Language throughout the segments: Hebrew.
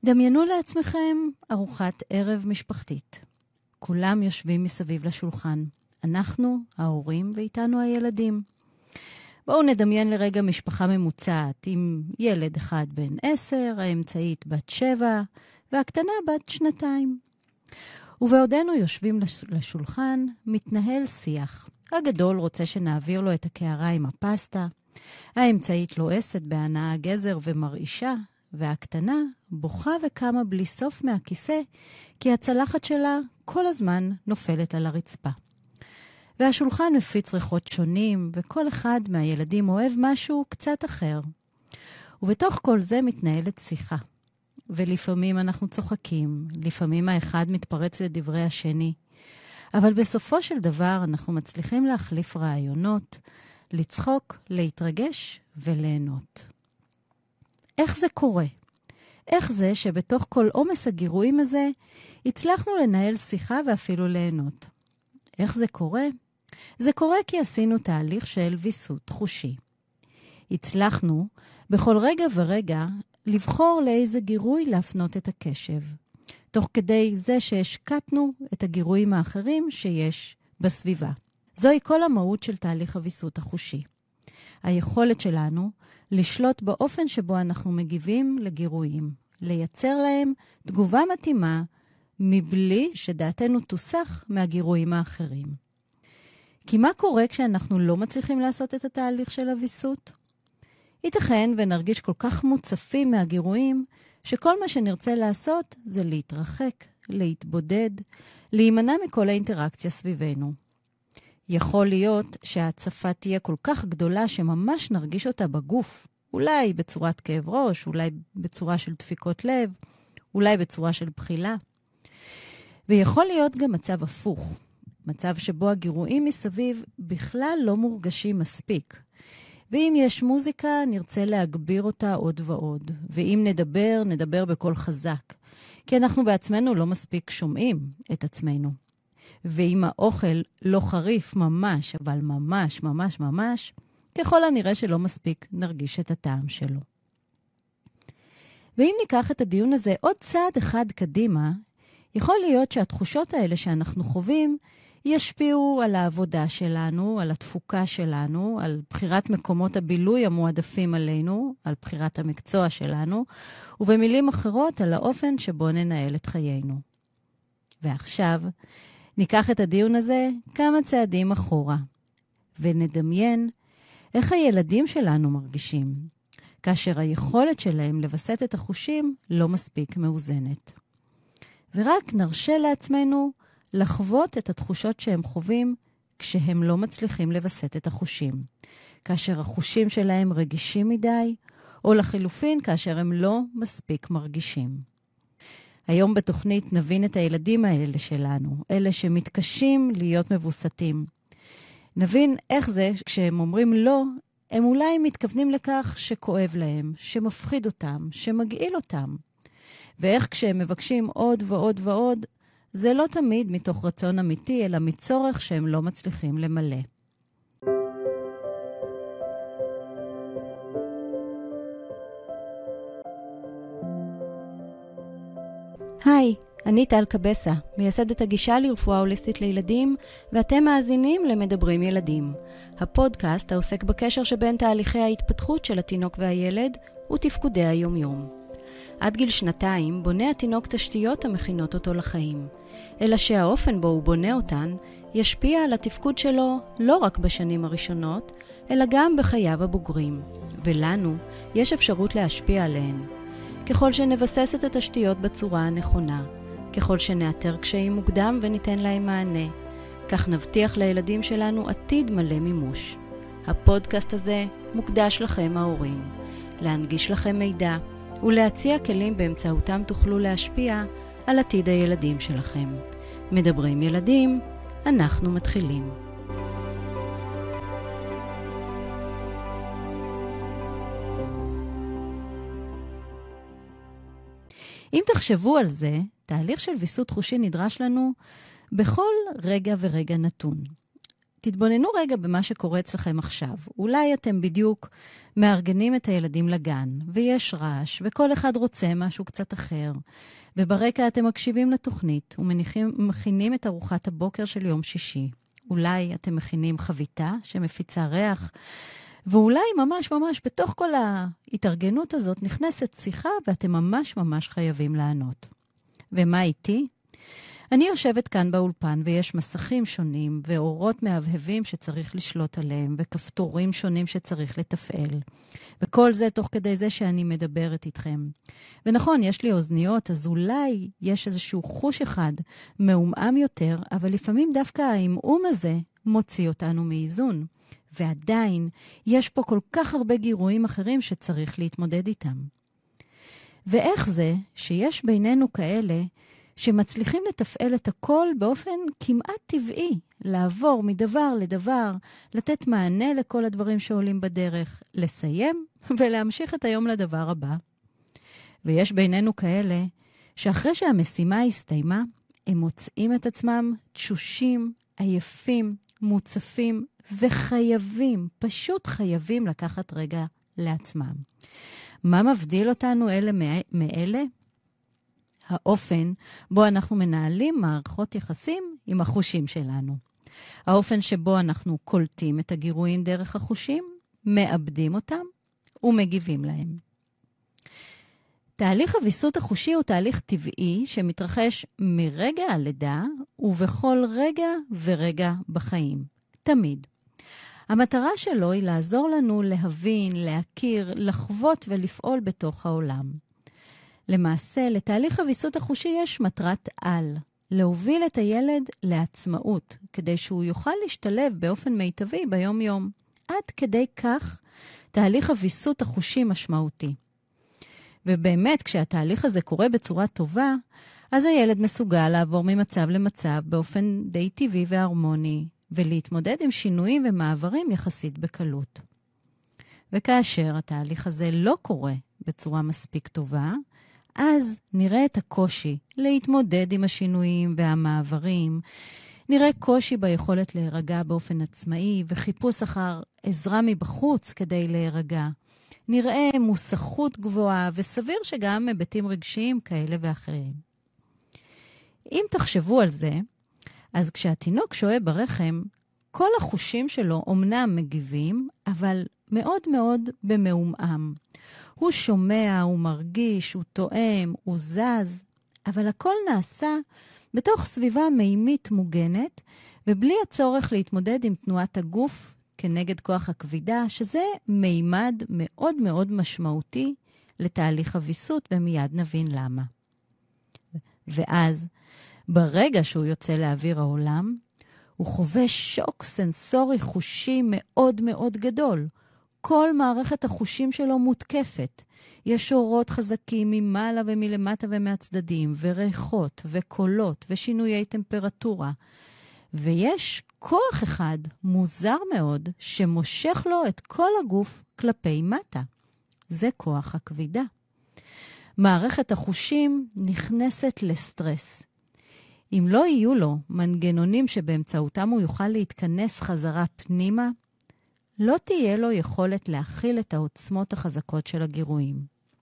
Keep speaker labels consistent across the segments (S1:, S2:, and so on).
S1: דמיינו לעצמכם ארוחת ערב משפחתית. כולם יושבים מסביב לשולחן. אנחנו, ההורים, ואיתנו הילדים. בואו נדמיין לרגע משפחה ממוצעת עם ילד אחד בן 10, האמצעית בת 7, והקטנה בת 2. ובעודנו יושבים לשולחן, מתנהל שיח. הגדול רוצה שנעביר לו את הקערה עם הפסטה, האמצעית לועסת בהנאה גזר ומרעישה, והקטנה בוכה וקמה בלי סוף מהכיסא, כי הצלחת שלה כל הזמן נופלת על הרצפה. והשולחן מפיץ ריחות שונים, וכל אחד מהילדים אוהב משהו קצת אחר. ובתוך כל זה מתנהלת שיחה. ולפעמים אנחנו צוחקים, לפעמים האחד מתפרץ לדברי השני. אבל בסופו של דבר אנחנו מצליחים להחליף רעיונות, לצחוק, להתרגש וליהנות. איך זה קורה? איך זה שבתוך כל עומס הגירויים הזה הצלחנו לנהל שיחה ואפילו ליהנות? איך זה קורה? זה קורה כי עשינו תהליך של ויסות חושי. הצלחנו בכל רגע ורגע לבחור לאיזה גירוי להפנות את הקשב, תוך כדי זה שהשקטנו את הגירויים האחרים שיש בסביבה. זוהי כל המהות של תהליך הוויסות החושי. היכולת שלנו לשלוט באופן שבו אנחנו מגיבים לגירויים, לייצר להם תגובה מתאימה מבלי שדעתנו תוסח מהגירויים האחרים. כי מה קורה כשאנחנו לא מצליחים לעשות את התהליך של הוויסות? ייתכן ונרגיש כל כך מוצפים מהגירויים, שכל מה שנרצה לעשות זה להתרחק, להתבודד, להימנע מכל האינטראקציה סביבנו. יכול להיות שההצפה תהיה כל כך גדולה שממש נרגיש אותה בגוף, אולי בצורת כאב ראש, אולי בצורה של דפיקות לב, אולי בצורה של בחילה. ויכול להיות גם מצב הפוך, מצב שבו הגירויים מסביב בכלל לא מורגשים מספיק. ואם יש מוזיקה, נרצה להגביר אותה עוד ועוד. ואם נדבר בקול חזק. כי אנחנו בעצמנו לא מספיק שומעים את עצמנו. ואם האוכל לא חריף ממש, אבל ממש, ממש, ממש, ככל הנראה שלא מספיק נרגיש את הטעם שלו. ואם ניקח את הדיון הזה עוד צעד אחד קדימה, יכול להיות שהתחושות האלה שאנחנו חווים, ישפיעו על העבודה שלנו, על התפוקה שלנו, על בחירת מקומות הבילוי המועדפים עלינו, על בחירת המקצוע שלנו, ובמילים אחרות על האופן שבו ננהל את חיינו. ועכשיו ניקח את הדיון הזה כמה צעדים אחורה, ונדמיין איך הילדים שלנו מרגישים, כאשר היכולת שלהם לבסט את החושים לא מספיק מאוזנת. ורק נרשה לעצמנו לחוות את התחושות שהם חווים כשהם לא מצליחים לבסט את החושים. כאשר החושים שלהם רגישים מדי, או לחילופין כאשר הם לא מספיק מרגישים. היום בתוכנית נבין את הילדים האלה שלנו, אלה שמתקשים להיות מבוסתים. נבין איך זה כשהם אומרים לא, הם אולי מתכוונים לכך שכואב להם, שמפחיד אותם, שמגעיל אותם. ואיך כשהם מבקשים עוד ועוד ועוד, זה לא תמיד מתוך רצון אמיתי, אלא מצורך שהם לא מצליחים למלא. היי, אני טל קבסה, מייסדת הגישה לרפואה הוליסטית לילדים, ואתם מאזינים למדברים ילדים. הפודקאסט העוסק בקשר שבין תהליכי ההתפתחות של התינוק והילד ותפקודי היומיום. עד גיל 2 בונה התינוק תשתיות המכינות אותו לחיים, אלא שהאופן בו הוא בונה אותן ישפיע על התפקוד שלו לא רק בשנים הראשונות, אלא גם בחייו הבוגרים, ולנו יש אפשרות להשפיע עליהן. ככל שנבסס את התשתיות בצורה הנכונה, ככל שנאתר קשיים מוקדם וניתן להם מענה, כך נבטיח לילדים שלנו עתיד מלא מימוש. הפודקאסט הזה מוקדש לכם ההורים, להנגיש לכם מידע ולהציע כלים באמצעותם תוכלו להשפיע על עתיד הילדים שלכם. מדברים ילדים, אנחנו מתחילים. אם תחשבו על זה, תהליך של ויסות חושי נדרש לנו בכל רגע ורגע נתון. תתבוננו רגע במה שקורה אצלכם עכשיו. אולי אתם בדיוק מארגנים את הילדים לגן, ויש רעש, וכל אחד רוצה משהו קצת אחר. וברקע אתם מקשיבים לתוכנית, ומכינים את ארוחת הבוקר של יום שישי. אולי אתם מכינים חביתה שמפיצה ריח, ואולי ממש ממש בתוך כל ההתארגנות הזאת נכנסת שיחה, ואתם ממש ממש חייבים לענות. ומה איתי? אני יושבת כאן באולפן ויש מסכים שונים ואורות מהבהבים שצריך לשלוט עליהם וכפתורים שונים שצריך לתפעל. וכל זה תוך כדי זה שאני מדברת איתכם. ונכון, יש לי אוזניות, אז אולי יש איזשהו חוש אחד מעומעם יותר, אבל לפעמים דווקא העמעום הזה מוציא אותנו מאיזון. ועדיין יש פה כל כך הרבה גירויים אחרים שצריך להתמודד איתם. ואיך זה שיש בינינו כאלה שמצליחים לתפעל את הכל באופן כמעט טבעי, לעבור מדבר לדבר, לתת מענה לכל הדברים שעולים בדרך, לסיים ולהמשיך את היום לדבר הבא. ויש בינינו כאלה שאחרי שהמשימה הסתיימה, הם מוצאים את עצמם תשושים, עייפים, מוצפים וחייבים, פשוט חייבים לקחת רגע לעצמם. מה מבדיל אותנו אלה מאלה? האופן בו אנחנו מנהלים מערכות יחסים עם החושים שלנו. האופן שבו אנחנו קולטים את הגירויים דרך החושים, מאבדים אותם ומגיבים להם. תהליך הוויסות החושי הוא תהליך טבעי שמתרחש מרגע הלידה ובכל רגע ורגע בחיים. תמיד. המטרה שלו היא לעזור לנו להבין, להכיר, לחוות ולפעול בתוך העולם. למעשה, לתהליך הוויסות החושי יש מטרת על, להוביל את הילד לעצמאות, כדי שהוא יוכל להשתלב באופן מיטבי ביום-יום. עד כדי כך, תהליך הוויסות החושי משמעותי. ובאמת, כשהתהליך הזה קורה בצורה טובה, אז הילד מסוגל לעבור ממצב למצב באופן די טבעי והרמוני, ולהתמודד עם שינויים ומעברים יחסית בקלות. וכאשר התהליך הזה לא קורה בצורה מספיק טובה, אז נראה את הקושי להתמודד עם השינויים והמעברים, נראה קושי ביכולת להירגע באופן עצמאי וחיפוש אחר עזרה מבחוץ כדי להירגע. נראה מוסכות גבוהה וסביר שגם היבטים רגשיים כאלה ואחרים. אם תחשבו על זה, אז כשהתינוק שוהה ברחם, כל החושים שלו אומנם מגיבים, אבל מאוד מאוד במעומעם. הוא שומע, הוא מרגיש, הוא תואם, הוא זז, אבל הכל נעשה בתוך סביבה מימית מוגנת, ובלי הצורך להתמודד עם תנועת הגוף כנגד כוח הכבידה, שזה מימד מאוד מאוד משמעותי לתהליך הוויסות, ומיד נבין למה. ואז, ברגע שהוא יוצא לאוויר העולם, הוא חווה שוק סנסורי חושי מאוד מאוד גדול. כל מערכת החושים שלו מותקפת. יש אורות חזקים ממעלה ומלמטה ומהצדדים, וריחות וקולות ושינויי טמפרטורה. ויש כוח אחד מוזר מאוד שמושך לו את כל הגוף כלפי מטה. זה כוח הכבידה. מערכת החושים נכנסת לסטרס. אם לא יהיו לו מנגנונים שבאמצעותם הוא יוכל להתכנס חזרה פנימה, לא תהיה לו יכולת להכיל את העוצמות החזקות של הגירויים.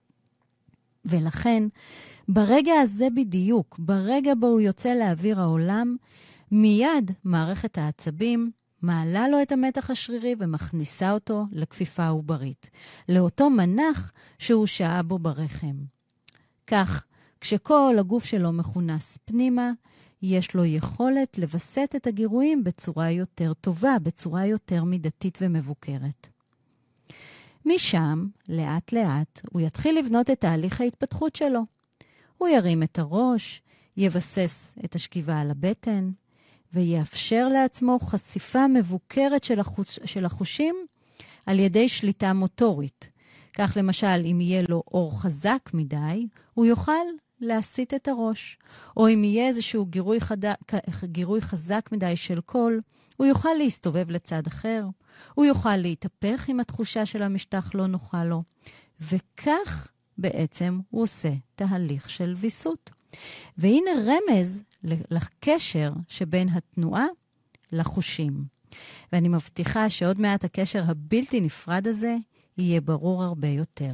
S1: ולכן, ברגע הזה בדיוק, ברגע בו הוא יוצא לאוויר העולם, מיד מערכת העצבים מעלה לו את המתח השרירי ומכניסה אותו לכפיפה עוברית, לאותו מנח שהוא שעה בו ברחם. כך, כשכל הגוף שלו מכונס פנימה, יש לו יכולת לבסט את הגירויים בצורה יותר טובה, בצורה יותר מידתית ומבוקרת. משם, לאט לאט, הוא יתחיל לבנות את תהליך ההתפתחות שלו. הוא ירים את הראש, יבסס את השכיבה על הבטן, ויאפשר לעצמו חשיפה מבוקרת של החושים על ידי שליטה מוטורית. כך למשל, אם יהיה לו אור חזק מדי, הוא יוכל להסיט את הראש. או אם יהיה איזשהו גירוי חזק מדי של קול, הוא יוכל להסתובב לצד אחר. הוא יוכל להתהפך אם התחושה של המשטח לא נוחה לו. וכך בעצם הוא עושה תהליך של ויסות. והנה רמז לקשר שבין התנועה לחושים. ואני מבטיחה שעוד מעט הקשר הבלתי נפרד הזה יהיה ברור הרבה יותר.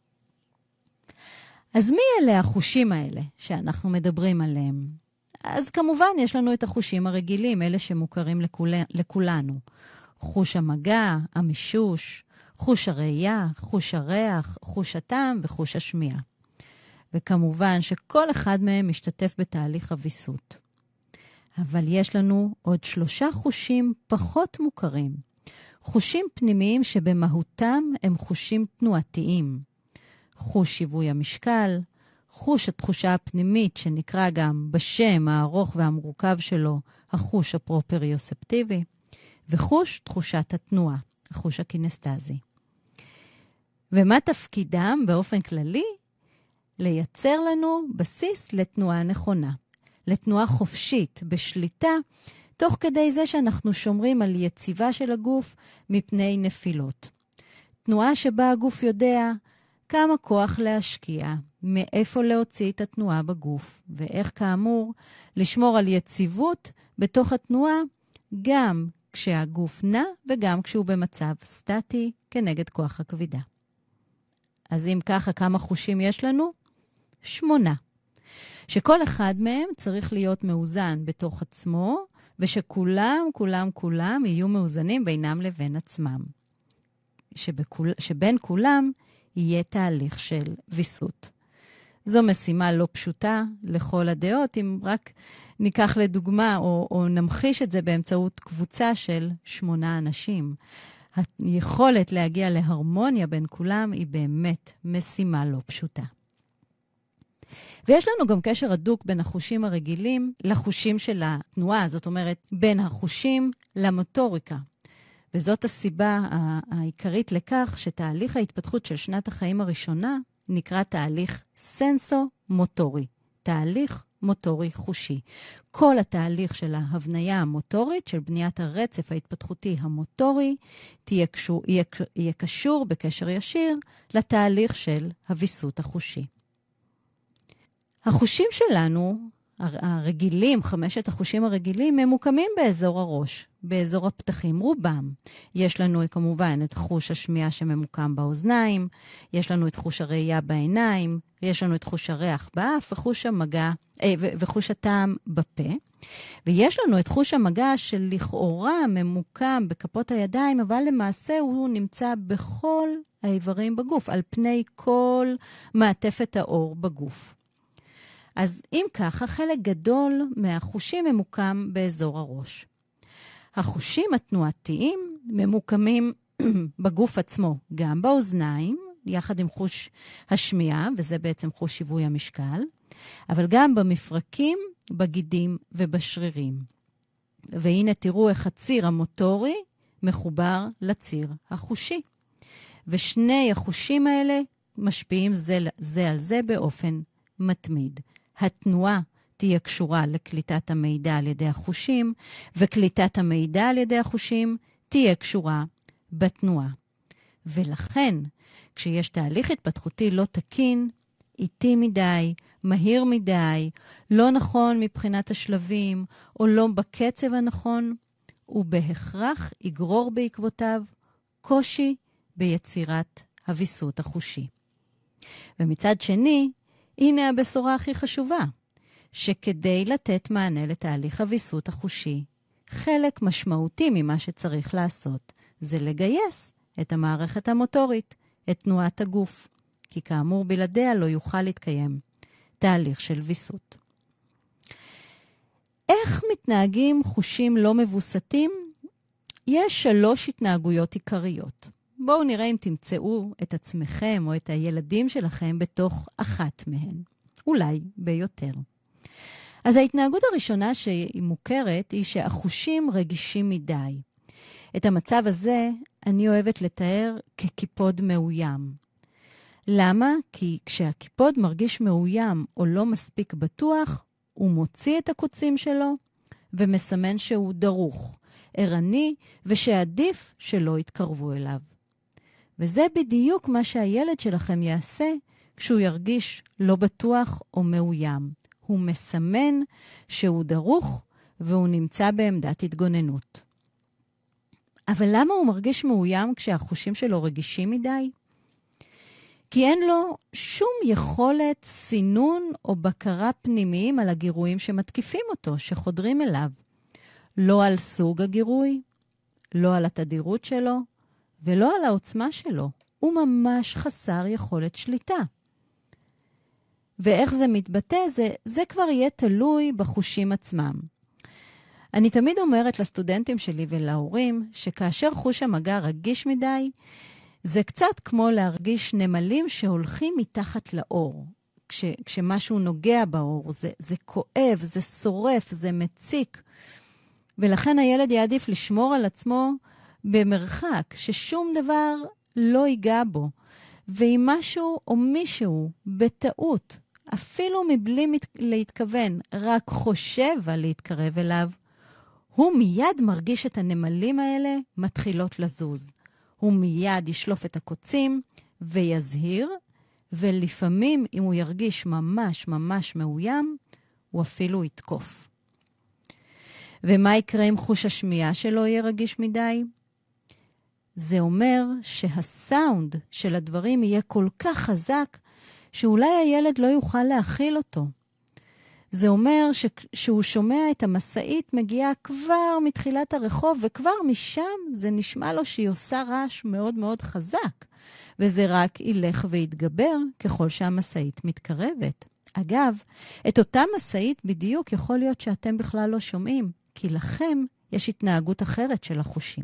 S1: אז מי אלה החושים האלה שאנחנו מדברים עליהם? אז כמובן יש לנו את החושים הרגילים, אלה שמוכרים לכולנו. חוש המגע, המישוש, חוש הראייה, חוש הריח, חוש הטעם וחוש השמיעה. וכמובן שכל אחד מהם משתתף בתהליך הוויסות. אבל יש לנו עוד 3 חושים פחות מוכרים. חושים פנימיים שבמהותם הם חושים תנועתיים. חוש שיווי המשקל, חוש התחושה הפנימית שנקרא גם בשם הארוך והמורכב שלו, החוש הפרופריוספטיבי, וחוש תחושת התנועה, החוש הקינסטזי. ומה תפקידם באופן כללי? לייצר לנו בסיס לתנועה נכונה, לתנועה חופשית, בשליטה, תוך כדי זה שאנחנו שומרים על יציבה של הגוף מפני נפילות. תנועה שבה הגוף יודע כמה כוח להשקיע, מאיפה להוציא את התנועה בגוף, ואיך כאמור לשמור על יציבות בתוך התנועה, גם כשהגוף נע וגם כשהוא במצב סטטי כנגד כוח הכבידה. אז אם ככה, כמה חושים יש לנו? 8. שכל אחד מהם צריך להיות מאוזן בתוך עצמו, ושכולם יהיו מאוזנים בינם לבין עצמם. שבין כולם יהיה תהליך של ויסות. זו משימה לא פשוטה לכל הדעות, אם רק ניקח לדוגמה או נמחיש את זה באמצעות קבוצה של 8 אנשים. היכולת להגיע להרמוניה בין כולם היא באמת משימה לא פשוטה. ויש לנו גם קשר הדוק בין החושים הרגילים לחושים של התנועה, זאת אומרת, בין החושים למוטוריקה. וזאת הסיבה העיקרית לכך שתהליך ההתפתחות של שנת החיים הראשונה נקרא תהליך סנסו-מוטורי, תהליך מוטורי חושי. כל התהליך של ההבניה המוטורית, של בניית הרצף ההתפתחותי המוטורי, יהיה קשור בקשר ישיר לתהליך של הוויסות החושי. החושים שלנו, הרגילים, 5 החושים הרגילים, ממוקמים באזור הראש, באזור הפתחים, רובם. יש לנו כמובן את חוש השמיעה שממוקם באוזניים, יש לנו את חוש הראייה בעיניים, יש לנו את חוש הריח באף וחוש המגע, וחוש הטעם בפה. ויש לנו את חוש המגע שלכאורה ממוקם בכפות הידיים, אבל למעשה הוא נמצא בכל האיברים בגוף, על פני כל מעטפת האור בגוף. אז אם ככה, חלק גדול מהחושים ממוקם באזור הראש. החושים התנועתיים ממוקמים בגוף עצמו, גם באוזניים, יחד עם חוש השמיעה, וזה בעצם חוש שיווי המשקל, אבל גם במפרקים, בגידים ובשרירים. והנה תראו איך הציר המוטורי מחובר לציר החושי. ושני החושים האלה משפיעים זה על זה באופן מתמיד. התנועה תהיה קשורה לקליטת המידע על ידי החושים, וקליטת המידע על ידי החושים תהיה קשורה בתנועה. ולכן, כשיש תהליך התפתחותי לא תקין, איטי מדי, מהיר מדי, לא נכון מבחינת השלבים, או לא בקצב הנכון, הוא בהכרח יגרור בעקבותיו קושי ביצירת הוויסות החושי. ומצד שני, הנה הבשורה הכי חשובה, שכדי לתת מענה לתהליך הוויסות החושי, חלק משמעותי ממה שצריך לעשות, זה לגייס את המערכת המוטורית, את תנועת הגוף, כי כאמור בלעדיה לא יוכל להתקיים תהליך של ויסות. איך מתנהגים חושים לא מבוסתים? יש 3 התנהגויות עיקריות. בואו נראה אם תמצאו את עצמכם או את הילדים שלכם בתוך אחת מהן, אולי ביותר. אז ההתנהגות הראשונה שהיא מוכרת היא שהחושים רגישים מדי. את המצב הזה אני אוהבת לתאר כקיפוד מאוים. למה? כי כשהקיפוד מרגיש מאוים או לא מספיק בטוח, הוא מוציא את הקוצים שלו ומסמן שהוא דרוך, ערני, ושעדיף שלא יתקרבו אליו. וזה בדיוק מה שהילד שלכם יעשה כשהוא ירגיש לא בטוח או מאוים. הוא מסמן שהוא דרוך והוא נמצא בעמדת התגוננות. אבל למה הוא מרגיש מאוים כשהחושים שלו רגישים מדי? כי אין לו שום יכולת סינון או בקרה פנימיים על הגירויים שמתקיפים אותו, שחודרים אליו. לא על סוג הגירוי, לא על התדירות שלו, ולא על העוצמה שלו. הוא ממש חסר יכולת שליטה. ואיך זה מתבטא? זה כבר יהיה תלוי בחושים עצמם. אני תמיד אומרת לסטודנטים שלי ולהורים, שכאשר חוש המגע רגיש מדי, זה קצת כמו להרגיש נמלים שהולכים מתחת לאור. כשמשהו נוגע באור, זה כואב, זה שורף, זה מציק. ולכן הילד יעדיף לשמור על עצמו במרחק, ששום דבר לא ייגע בו. ואם משהו או מישהו בטעות, אפילו מבלי להתכוון, רק חושב על להתקרב אליו, הוא מיד מרגיש את הנמלים האלה מתחילות לזוז. הוא מיד ישלוף את הקוצים ויזהיר, ולפעמים אם הוא ירגיש ממש ממש מאוים, הוא אפילו יתקוף. ומה יקרה אם חוש השמיעה שלו יהיה רגיש מדי? זה אומר שהסאונד של הדברים יהיה כל כך חזק, שאולי הילד לא יוכל להכיל אותו. זה אומר שהוא שומע את המשאית מגיעה כבר מתחילת הרחוב, וכבר משם זה נשמע לו שהיא עושה רעש מאוד מאוד חזק, וזה רק ילך ויתגבר ככל שהמשאית מתקרבת. אגב, את אותה משאית בדיוק יכול להיות שאתם בכלל לא שומעים, כי לכם יש התנהגות אחרת של החושים.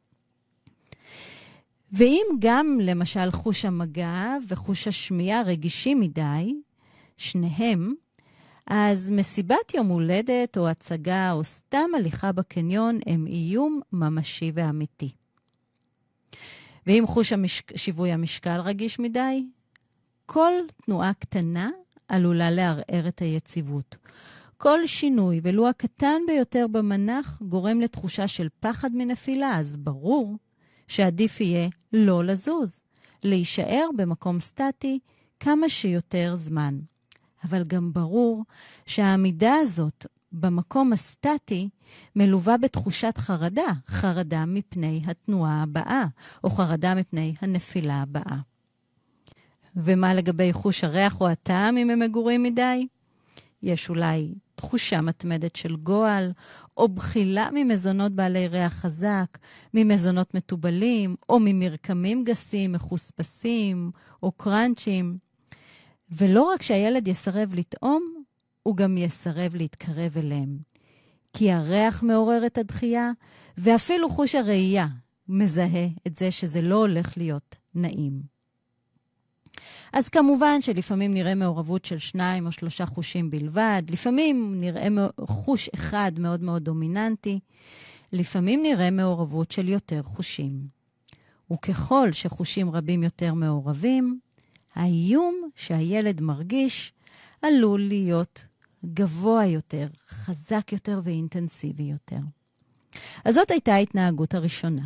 S1: ואם גם למשל חוש המגע וחוש השמיעה רגישים מדי, שניהם, אז מסיבת יום הולדת או הצגה או סתם הליכה בקניון הם איום ממשי ואמיתי. ואם חוש שיווי המשקל רגיש מדי, כל תנועה קטנה עלולה לערער את היציבות. כל שינוי, ולו הקטן ביותר במנח, גורם לתחושה של פחד מנפילה, אז ברור שעדיף יהיה לא לזוז, להישאר במקום סטטי כמה שיותר זמן. אבל גם ברור שהעמידה הזאת במקום הסטטי מלווה בתחושת חרדה, חרדה מפני התנועה הבאה, או חרדה מפני הנפילה הבאה. ומה לגבי חוש הריח או הטעם אם הם מגורים מדי? יש אולי תחושה מתמדת של גועל, או בחילה ממזונות בעלי ריח חזק, ממזונות מטובלים, או ממרקמים גסים, מחוספסים, או קרנצ'ים. ולא רק שהילד יסרב לטעום, הוא גם יסרב להתקרב אליהם. כי הריח מעורר את הדחייה, ואפילו חוש הראייה מזהה את זה שזה לא הולך להיות נעים. אז כמובן שלפעמים נראה מעורבות של 2 או 3 חושים בלבד, לפעמים נראה חוש אחד מאוד מאוד דומיננטי, לפעמים נראה מעורבות של יותר חושים. וככל שחושים רבים יותר מעורבים, האיום שהילד מרגיש עלול להיות גבוה יותר, חזק יותר ואינטנסיבי יותר. אז זאת הייתה ההתנהגות הראשונה.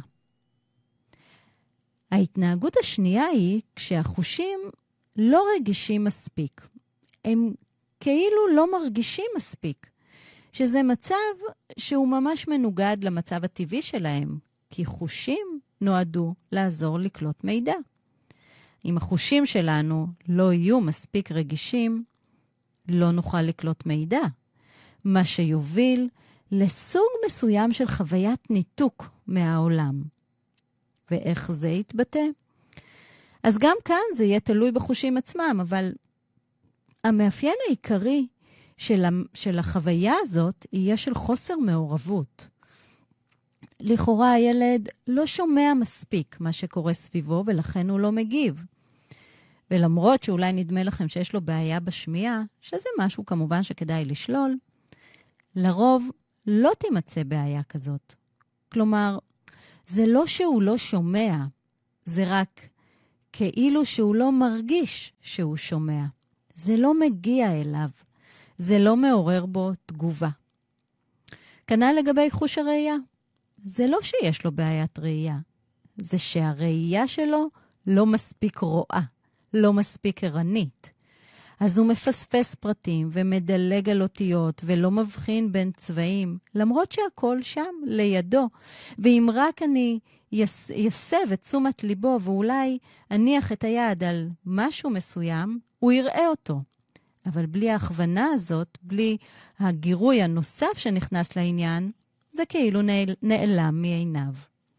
S1: ההתנהגות השנייה היא כשהחושים לא רגישים מספיק. הם כאילו לא מרגישים מספיק, שזה מצב שהוא ממש מנוגד למצב הטבעי שלהם, כי חושים נועדו לעזור לקלוט מידע. אם החושים שלנו לא יהיו מספיק רגישים, לא נוכל לקלוט מידע, מה שיוביל לסוג מסוים של חוויית ניתוק מהעולם. ואיך זה יתבטא? אז גם כאן זה יהיה תלוי בחושים עצמם, אבל המאפיין העיקרי של החוויה הזאת יהיה של חוסר מעורבות. לכאורה הילד לא שומע מספיק מה שקורה סביבו, ולכן הוא לא מגיב. ולמרות שאולי נדמה לכם שיש לו בעיה בשמיעה, שזה משהו כמובן שכדאי לשלול, לרוב לא תימצא בעיה כזאת. כלומר, זה לא שהוא לא שומע, זה רק כאילו שהוא לא מרגיש שהוא שומע. זה לא מגיע אליו, זה לא מעורר בו תגובה. כנ"ל לגבי חוש הראייה. זה לא שיש לו בעיית ראייה, זה שהראייה שלו לא מספיק רואה, לא מספיק ערנית. אז הוא מפספס פרטים ומדלג על אותיות ולא מבחין בין צבעים, למרות שהכל שם לידו. ואם רק אני יסב את תשומת ליבו ואולי אניח את היד על משהו מסוים, הוא יראה אותו. אבל בלי ההכוונה הזאת, בלי הגירוי הנוסף שנכנס לעניין, זה כאילו נעלם מעיניו.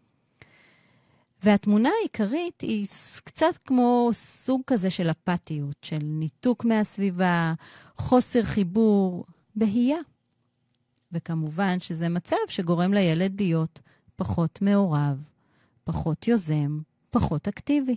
S1: והתמונה העיקרית היא קצת כמו סוג כזה של אפתיות, של ניתוק מהסביבה, חוסר חיבור, בהייה. וכמובן שזה מצב שגורם לילד להיות פחות מעורב, פחות יוזם, פחות אקטיבי.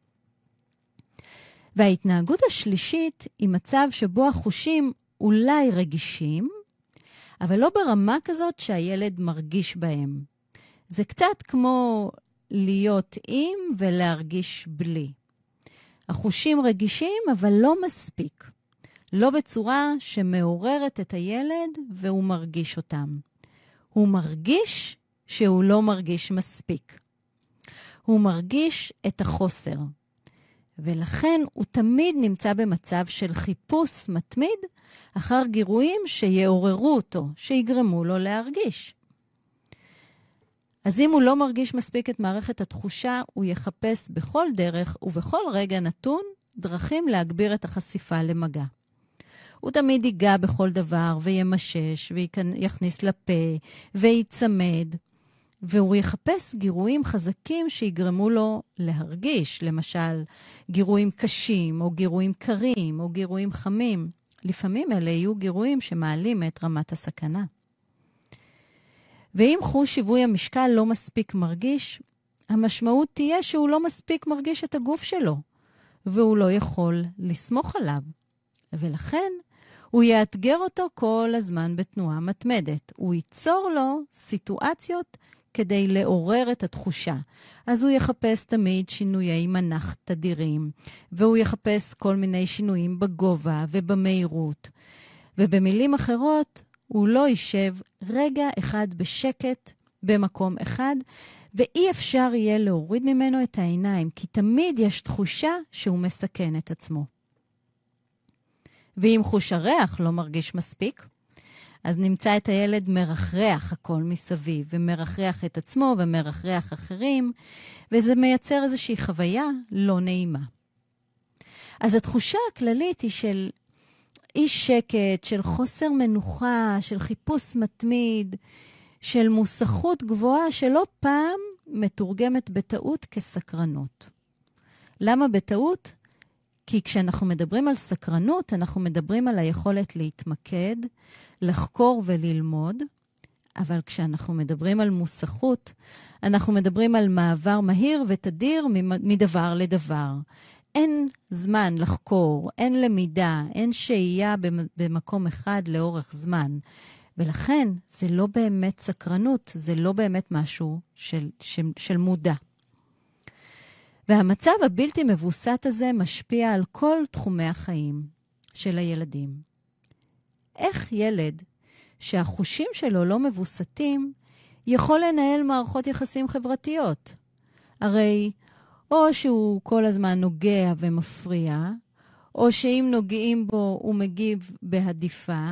S1: וההתנהגות השלישית היא מצב שבו החושים אולי רגישים, אבל לא ברמה כזאת שהילד מרגיש בהם. זה קצת כמו להיות עם ולהרגיש בלי. החושים רגישים, אבל לא מספיק. לא בצורה שמעוררת את הילד והוא מרגיש אותם. הוא מרגיש שהוא לא מרגיש מספיק. הוא מרגיש את החוסר. ולכן הוא תמיד נמצא במצב של חיפוש מתמיד אחר גירויים שיעוררו אותו, שיגרמו לו להרגיש. אז אם הוא לא מרגיש מספיק את מערכת התחושה, הוא יחפש בכל דרך ובכל רגע נתון דרכים להגביר את החשיפה למגע. הוא תמיד ייגע בכל דבר וימשש ויכניס לפה ויצמד, והוא יחפש גירויים חזקים שיגרמו לו להרגיש, למשל גירויים קשים או גירויים קרים או גירויים חמים. לפעמים אלה יהיו גירויים שמעלים את רמת הסכנה. ואם חוש שיווי המשקל לא מספיק מרגיש, המשמעות תהיה שהוא לא מספיק מרגיש את הגוף שלו, והוא לא יכול לסמוך עליו. ולכן הוא יאתגר אותו כל הזמן בתנועה מתמדת. הוא ייצור לו סיטואציות כדי לעורר את התחושה. אז הוא יחפש תמיד שינויי מנח תדירים, והוא יחפש כל מיני שינויים בגובה ובמהירות. ובמילים אחרות, הוא לא יישב רגע אחד בשקט במקום אחד, ואי אפשר יהיה להוריד ממנו את העיניים, כי תמיד יש תחושה שהוא מסכן את עצמו. ואם חוש הריח לא מרגיש מספיק, אז נמצא את הילד מרחרח הכל מסביב, ומרחרח את עצמו ומרחרח אחרים, וזה מייצר איזושהי חוויה לא נעימה. אז התחושה הכללית היא של אי שקט, של חוסר מנוחה, של חיפוש מתמיד, של מוסכות גבוהה שלא פעם מתורגמת בטעות כסקרנות. למה בטעות? כי כשאנחנו מדברים על סקרנות, אנחנו מדברים על היכולת להתמקד, לחקור וללמוד, אבל כשאנחנו מדברים על מוסכות, אנחנו מדברים על מעבר מהיר ותדיר מדבר לדבר. אין זמן לחקור, אין למידה, אין שהייה במקום אחד לאורך זמן. ולכן זה לא באמת סקרנות, זה לא באמת משהו של מודע. והמצב הבלתי מבוסת הזה משפיע על כל תחומי החיים של הילדים. איך ילד שהחושים שלו לא מבוסתים יכול לנהל מערכות יחסים חברתיות? הרי או שהוא כל הזמן נוגע ומפריע, או שאם נוגעים בו הוא מגיב בהדיפה,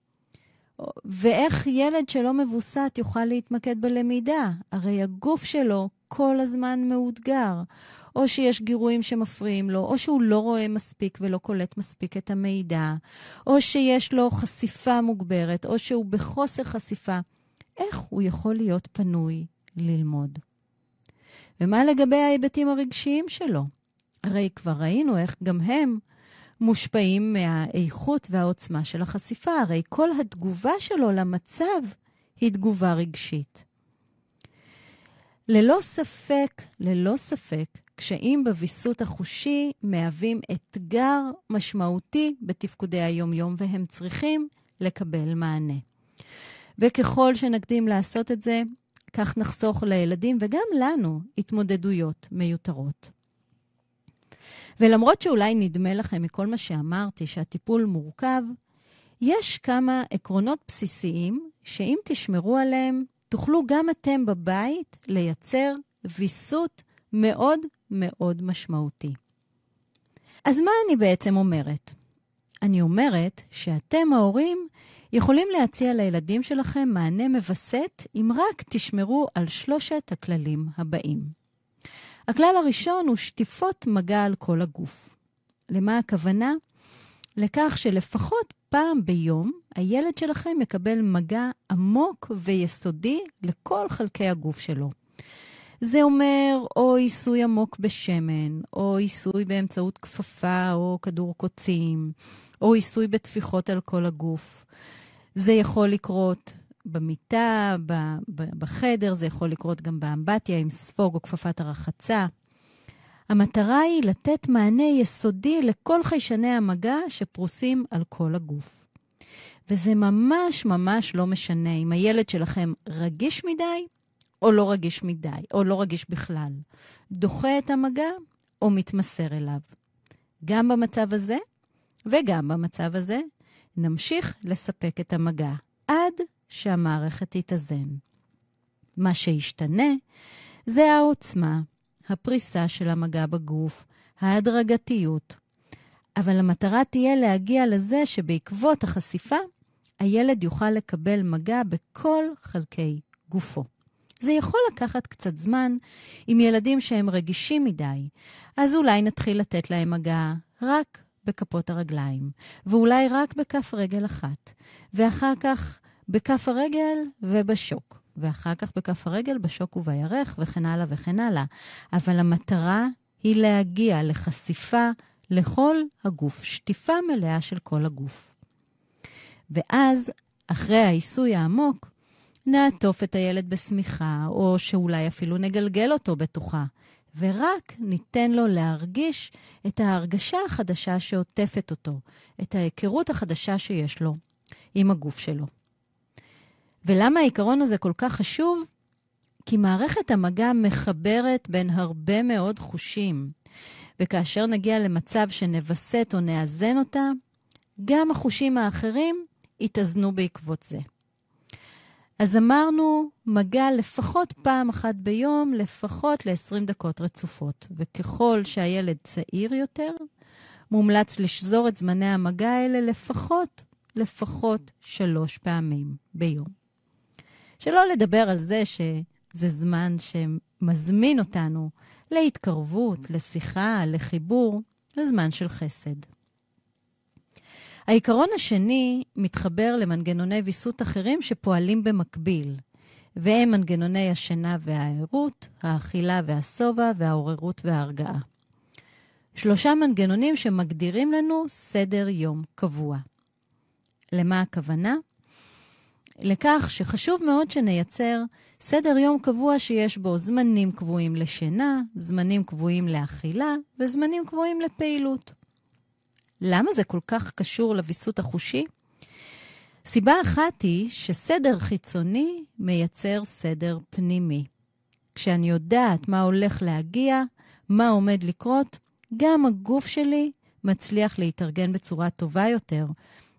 S1: ואיך ילד שלא מבוסת יוכל להתמקד בלמידה? הרי הגוף שלו כל הזמן מאותגר, או שיש גירויים שמפריעים לו, או שהוא לא רואה מספיק ולא קולט מספיק את המידע, או שיש לו חשיפה מוגברת, או שהוא בחוסר חשיפה. איך הוא יכול להיות פנוי ללמוד? ומה לגבי ההיבטים הרגשיים שלו? הרי כבר ראינו איך גם הם מושפעים מהאיכות והעוצמה של החשיפה. הרי כל התגובה שלו למצב היא תגובה רגשית. ללא ספק, קשיים בוויסות החושי מהווים אתגר משמעותי בתפקודי היום-יום, והם צריכים לקבל מענה. וככל שנקדים לעשות את זה, כך נחסוך לילדים וגם לנו התמודדויות מיותרות. ולמרות שאולי נדמה לכם מכל מה שאמרתי שהטיפול מורכב, יש כמה עקרונות בסיסיים שאם תשמרו עליהם, תוכלו גם אתם בבית לייצר ויסות מאוד מאוד משמעותי. אז מה אני בעצם אומרת? אני אומרת שאתם ההורים יכולים להציע לילדים שלכם מענה מבסט אם רק תשמרו על 3 הכללים הבאים. הכלל הראשון הוא שטיפות מגע על כל הגוף. למה הכוונה? לכך שלפחות פעם ביום הילד שלכם יקבל מגע עמוק ויסודי לכל חלקי הגוף שלו. זה אומר או עיסוי עמוק בשמן, או עיסוי באמצעות כפפה או כדור קוצים, או עיסוי בתפיחות על כל הגוף. זה יכול לקרות במיטה, בחדר, זה יכול לקרות גם באמבטיה עם ספוג או כפפת הרחצה. המטרה היא לתת מענה יסודי לכל חיישני המגע שפרוסים על כל הגוף. וזה ממש ממש לא משנה אם הילד שלכם רגיש מדי או לא רגיש מדי, או לא רגיש בכלל. דוחה את המגע או מתמסר אליו. גם במצב הזה וגם במצב הזה נמשיך לספק את המגע עד שהמערכת תתאזן. מה שישתנה זה העוצמה, הפריסה של המגע בגוף, ההדרגתיות. אבל המטרה תהיה להגיע לזה שבעקבות החשיפה, הילד יוכל לקבל מגע בכל חלקי גופו. זה יכול לקחת קצת זמן עם ילדים שהם רגישים מדי, אז אולי נתחיל לתת להם מגע רק בכפות הרגליים, ואולי רק בכף רגל אחת, ואחר כך בכף הרגל ובשוק, ואחר כך בכף הרגל, בשוק ובירך, וכן הלאה וכן הלאה. אבל המטרה היא להגיע לחשיפה לכל הגוף, שטיפה מלאה של כל הגוף. ואז, אחרי העיסוי העמוק, נעטוף את הילד בסמיכה, או שאולי אפילו נגלגל אותו בתוכה, ורק ניתן לו להרגיש את ההרגשה החדשה שעוטפת אותו, את ההיכרות החדשה שיש לו עם הגוף שלו. ולמה העיקרון הזה כל כך חשוב? כי מערכת המגע מחברת בין הרבה מאוד חושים, וכאשר נגיע למצב שנבסט או נאזן אותה, גם החושים האחרים יתאזנו בעקבות זה. אז אמרנו מגע לפחות פעם אחת ביום, לפחות ל-20 דקות רצופות. וככל שהילד צעיר יותר, מומלץ לשזור את זמני המגע האלה לפחות 3 פעמים ביום. שלא לדבר על זה שזה זמן שמזמין אותנו להתקרבות, לשיחה, לחיבור, לזמן של חסד. העיקרון השני מתחבר למנגנוני ויסות אחרים שפועלים במקביל, והם מנגנוני השינה והערות, האכילה והסובה והעוררות וההרגעה. 3 מנגנונים שמגדירים לנו סדר יום קבוע. למה הכוונה? לכך שחשוב מאוד שנייצר סדר יום קבוע שיש בו זמנים קבועים לשינה, זמנים קבועים לאכילה וזמנים קבועים לפעילות. למה זה כל כך קשור לוויסות החושי? סיבה אחת היא שסדר חיצוני מייצר סדר פנימי. כשאני יודעת מה הולך להגיע, מה עומד לקרות, גם הגוף שלי מצליח להתארגן בצורה טובה יותר.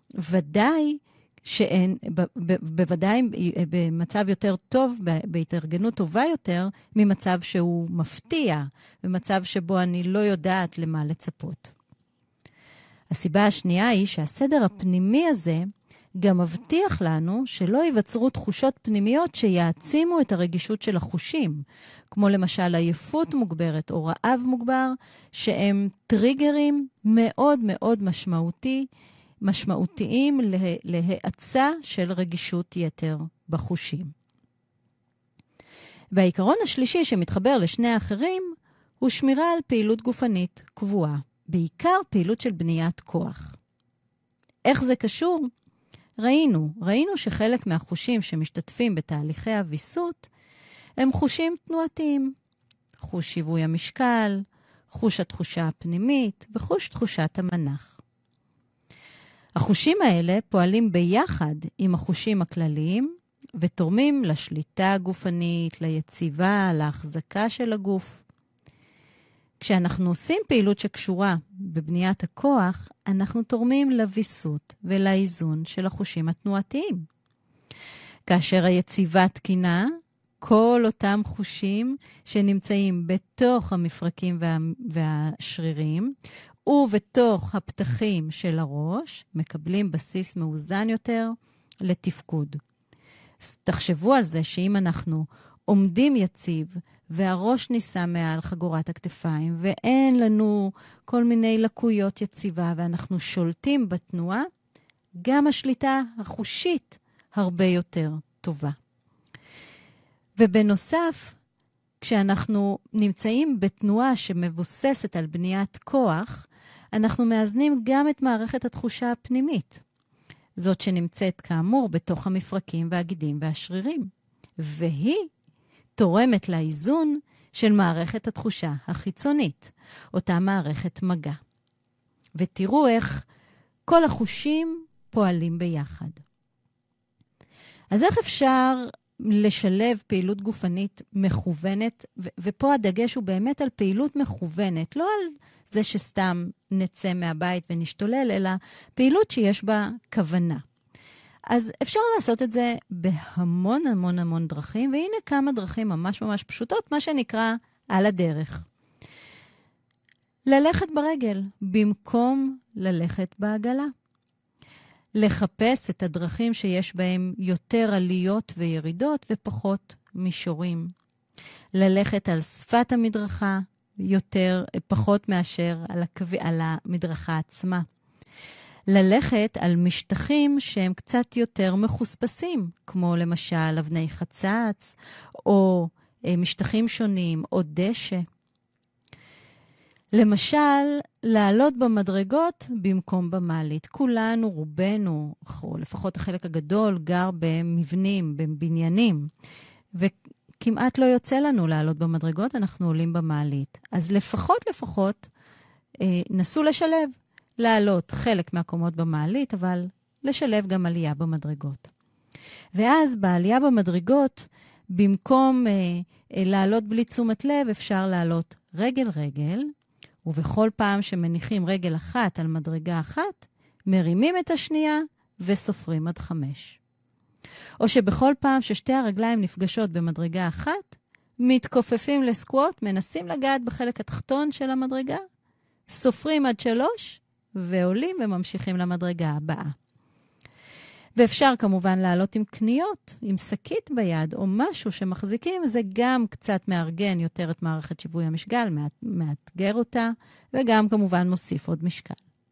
S1: בוודאי במצב יותר טוב, בהתארגנות טובה יותר, ממצב שהוא מפתיע, במצב שבו אני לא יודעת למה לצפות. הסיבה השנייה היא שהסדר הפנימי הזה גם מבטיח לנו שלא ייווצרו תחושות פנימיות שיעצימו את הרגישות של החושים, כמו למשל עייפות מוגברת או רעב מוגבר, שהם טריגרים מאוד מאוד משמעותיים להאצה של רגישות יתר בחושים. והעיקרון השלישי שמתחבר לשני האחרים הוא שמירה על פעילות גופנית קבועה, בעיקר פעילות של בניית כוח. איך זה קשור? ראינו שחלק מהחושים שמשתתפים בתהליכי הוויסות הם חושים תנועתיים. חוש שיווי המשקל, חוש התחושה הפנימית וחוש תחושת המנח. החושים האלה פועלים ביחד עם החושים הכלליים ותורמים לשליטה הגופנית, ליציבה, להחזקה של הגוף. כשאנחנו עושים פעילות שקשורה בבניית הכוח, אנחנו תורמים לוויסות ולאיזון של החושים התנועתיים. כאשר היציבה תקינה, כל אותם חושים שנמצאים בתוך המפרקים והשרירים, ובתוך הפתחים של הראש מקבלים בסיס מאוזן יותר לתפקוד. תחשבו על זה שאם אנחנו עומדים יציב והראש ניסה מעל חגורת הכתפיים ואין לנו כל מיני לקויות יציבה ואנחנו שולטים בתנועה, גם השליטה החושית הרבה יותר טובה. ובנוסף, כשאנחנו נמצאים בתנועה שמבוססת על בניית כוח, אנחנו מאזנים גם את מערכת התחושה הפנימית. זאת שנמצאת כאמור בתוך המפרקים והגידים והשרירים. והיא תורמת לאיזון של מערכת התחושה החיצונית, אותה מערכת מגע. ותראו איך כל החושים פועלים ביחד. אז איך אפשר לשלב פעילות גופנית מכוונת, ופה הדגש הוא באמת על פעילות מכוונת, לא על זה שסתם נצא מהבית ונשתולל, אלא פעילות שיש בה כוונה. אז אפשר לעשות את זה בהמון המון המון דרכים, והנה כמה דרכים ממש ממש פשוטות, מה שנקרא על הדרך. ללכת ברגל במקום ללכת בעגלה. לחפש את הדרכים שיש בהם יותר עליות וירידות ופחות מישורים. ללכת על שפת המדרכה פחות מאשר על המדרכה עצמה. ללכת על משטחים שהם קצת יותר מחוספסים, כמו למשל אבני חצץ, או משטחים שונים, או דשא. למשל, לעלות במדרגות במקום במעלית. כולנו, רובנו, או לפחות החלק הגדול, גר במבנים, בבניינים. וכמעט לא יוצא לנו לעלות במדרגות, אנחנו עולים במעלית. אז לפחות, נסו לשלב. לעלות חלק מהקומות במעלית, אבל לשלב גם עלייה במדרגות. ואז בעלייה במדרגות, במקום לעלות בלי תשומת לב, אפשר לעלות רגל, ובכל פעם שמניחים רגל אחת על מדרגה אחת, מרימים את השנייה וסופרים עד 5. או שבכל פעם ששתי הרגליים נפגשות במדרגה אחת, מתכופפים לסקווט, מנסים לגעת בחלק התחתון של המדרגה, סופרים עד 3, ועולים וממשיכים למדרגה הבאה. ואפשר כמובן לעלות עם קניות, עם שקית ביד או משהו שמחזיקים, זה גם קצת מארגן יותר את מערכת שיווי המשקל, מאתגר אותה, וגם כמובן מוסיף עוד משקל.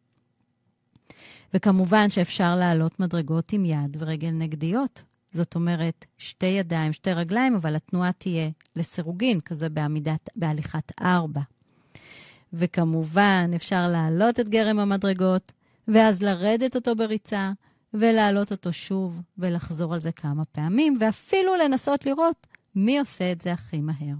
S1: וכמובן שאפשר לעלות מדרגות עם יד ורגל נגדיות. זאת אומרת, 2 ידיים, 2 רגליים, אבל התנועה תהיה לסירוגין, כזה בהליכת 4. וכמובן אפשר לעלות את גרם המדרגות, ואז לרדת אותו בריצה, ולעלות אותו שוב, ולחזור על זה כמה פעמים, ואפילו לנסות לראות מי עושה את זה הכי מהר.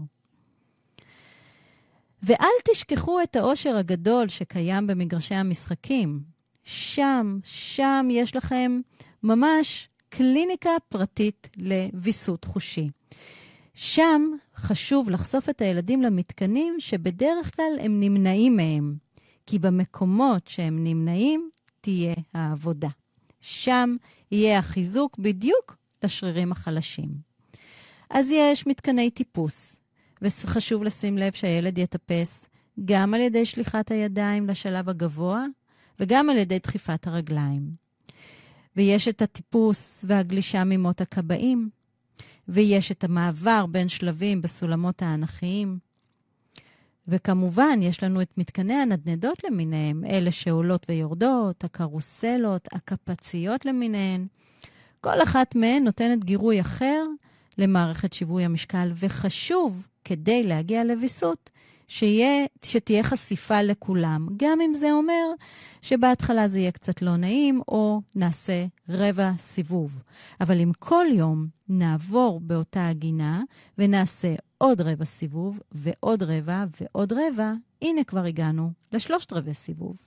S1: ואל תשכחו את העושר הגדול שקיים במגרשי המשחקים. שם יש לכם ממש קליניקה פרטית לוויסות חושי. שם חשוב לחשוף את הילדים למתקנים שבדרך כלל הם נמנעים מהם, כי במקומות שהם נמנעים תהיה העבודה. שם יהיה החיזוק בדיוק לשרירים החלשים. אז יש מתקני טיפוס, וחשוב לשים לב שהילד יטפס גם על ידי שליחת הידיים לשלב הגבוה, וגם על ידי דחיפת הרגליים. ויש את הטיפוס והגלישה ממות הקבעים, ויש את המעבר בין שלבים בסולמות האנכיים. וכמובן, יש לנו את מתקני הנדנדות למיניהם, אלה שעולות ויורדות, הקרוסלות, הקפציות למיניהן. כל אחת מהן נותנת גירוי אחר למערכת שיווי המשקל, וחשוב כדי להגיע לוויסות, שתהיה חשיפה לכולם. גם אם זה אומר שבהתחלה זה יהיה קצת לא נעים, או נעשה רבע סיבוב. אבל אם כל יום נעבור באותה הגינה, ונעשה עוד רבע סיבוב, ועוד רבע, ועוד רבע, הנה כבר הגענו ל3/4 סיבוב.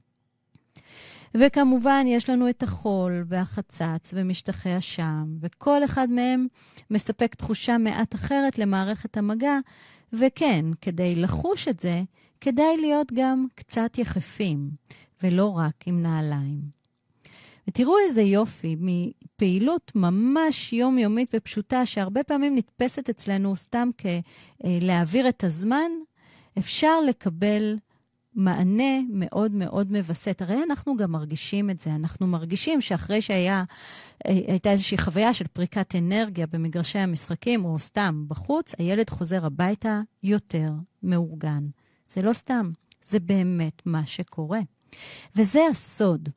S1: וכמובן יש לנו את החול והחצץ ומשטחי השם, וכל אחד מהם מספק תחושה מעט אחרת למערכת המגע, וכן, כדי לחוש את זה, כדאי להיות גם קצת יחפים, ולא רק עם נעליים. ותראו איזה יופי, מפעילות ממש יומיומית ופשוטה, שהרבה פעמים נתפסת אצלנו סתם להעביר את הזמן, אפשר לקבל מענה מאוד מאוד מבסט. הרי אנחנו גם מרגישים את זה. אנחנו מרגישים שאחרי הייתה איזושהי חוויה של פריקת אנרגיה במגרשי המשחקים, או סתם בחוץ, הילד חוזר הביתה יותר מאורגן. זה לא סתם, זה באמת מה שקורה. וזה הסוד.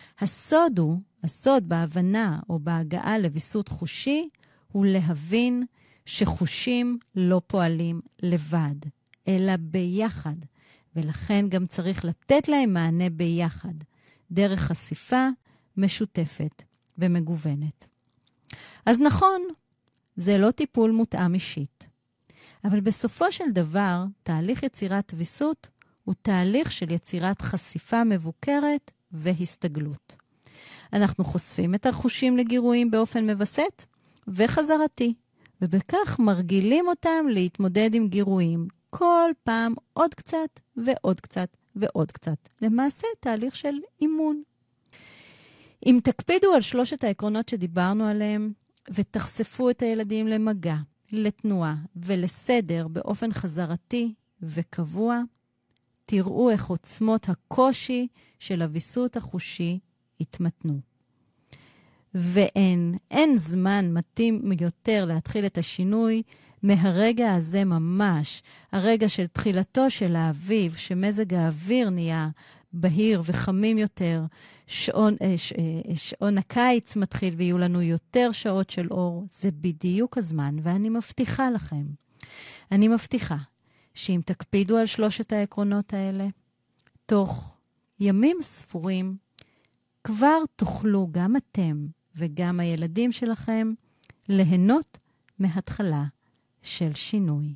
S1: הסוד בהבנה או בהגעה לוויסות חושי, הוא להבין שחושים לא פועלים לבד, אלא ביחד. ולכן גם צריך לתת להם מענה ביחד, דרך חשיפה משותפת ומגוונת. אז נכון, זה לא טיפול מותאם אישית. אבל בסופו של דבר, תהליך יצירת ויסות הוא תהליך של יצירת חשיפה מבוקרת והסתגלות. אנחנו חושפים את החושים לגירויים באופן מבסט וחזרתי, ובכך מרגילים אותם להתמודד עם גירויים, כל פעם עוד קצת ועוד קצת ועוד קצת. למעשה תהליך של אימון. אם תקפידו על 3 העקרונות שדיברנו עליהם, ותחשפו את הילדים למגע, לתנועה ולסדר באופן חזרתי וקבוע, תראו איך עוצמות הקושי של הוויסות החושי התמתנו. אין זמן מתאים יותר להתחיל את השינוי מהרגע הזה ממש, הרגע של תחילתו של האביב, שמזג האוויר נהיה בהיר וחמים יותר, שעון הקיץ מתחיל ויהיו לנו יותר שעות של אור, זה בדיוק הזמן, ואני מבטיחה לכם, אני מבטיחה שאם תקפידו על 3 העקרונות האלה, תוך ימים ספורים, כבר תוכלו גם אתם וגם הילדים שלכם ליהנות מהתחלה של שינוי.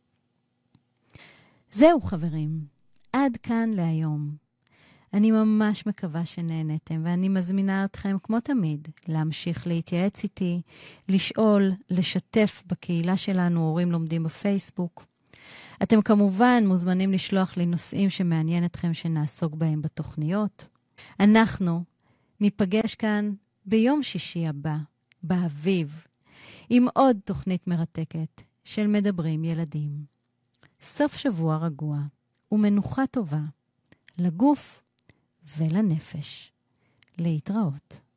S1: זהו חברים, עד כאן להיום. אני ממש מקווה שנהנתם, ואני מזמינה אתכם כמו תמיד להמשיך להתייעץ איתי, לשאול, לשתף בקהילה שלנו, הורים לומדים בפייסבוק. אתם כמובן מוזמנים לשלוח לי נושאים שמעניין אתכם שנעסוק בהם בתוכניות. אנחנו ניפגש כאן ביום שישי הבא, באביב, עם עוד תוכנית מרתקת של מדברים ילדים. סוף שבוע רגוע ומנוחה טובה לגוף ולנפש. להתראות.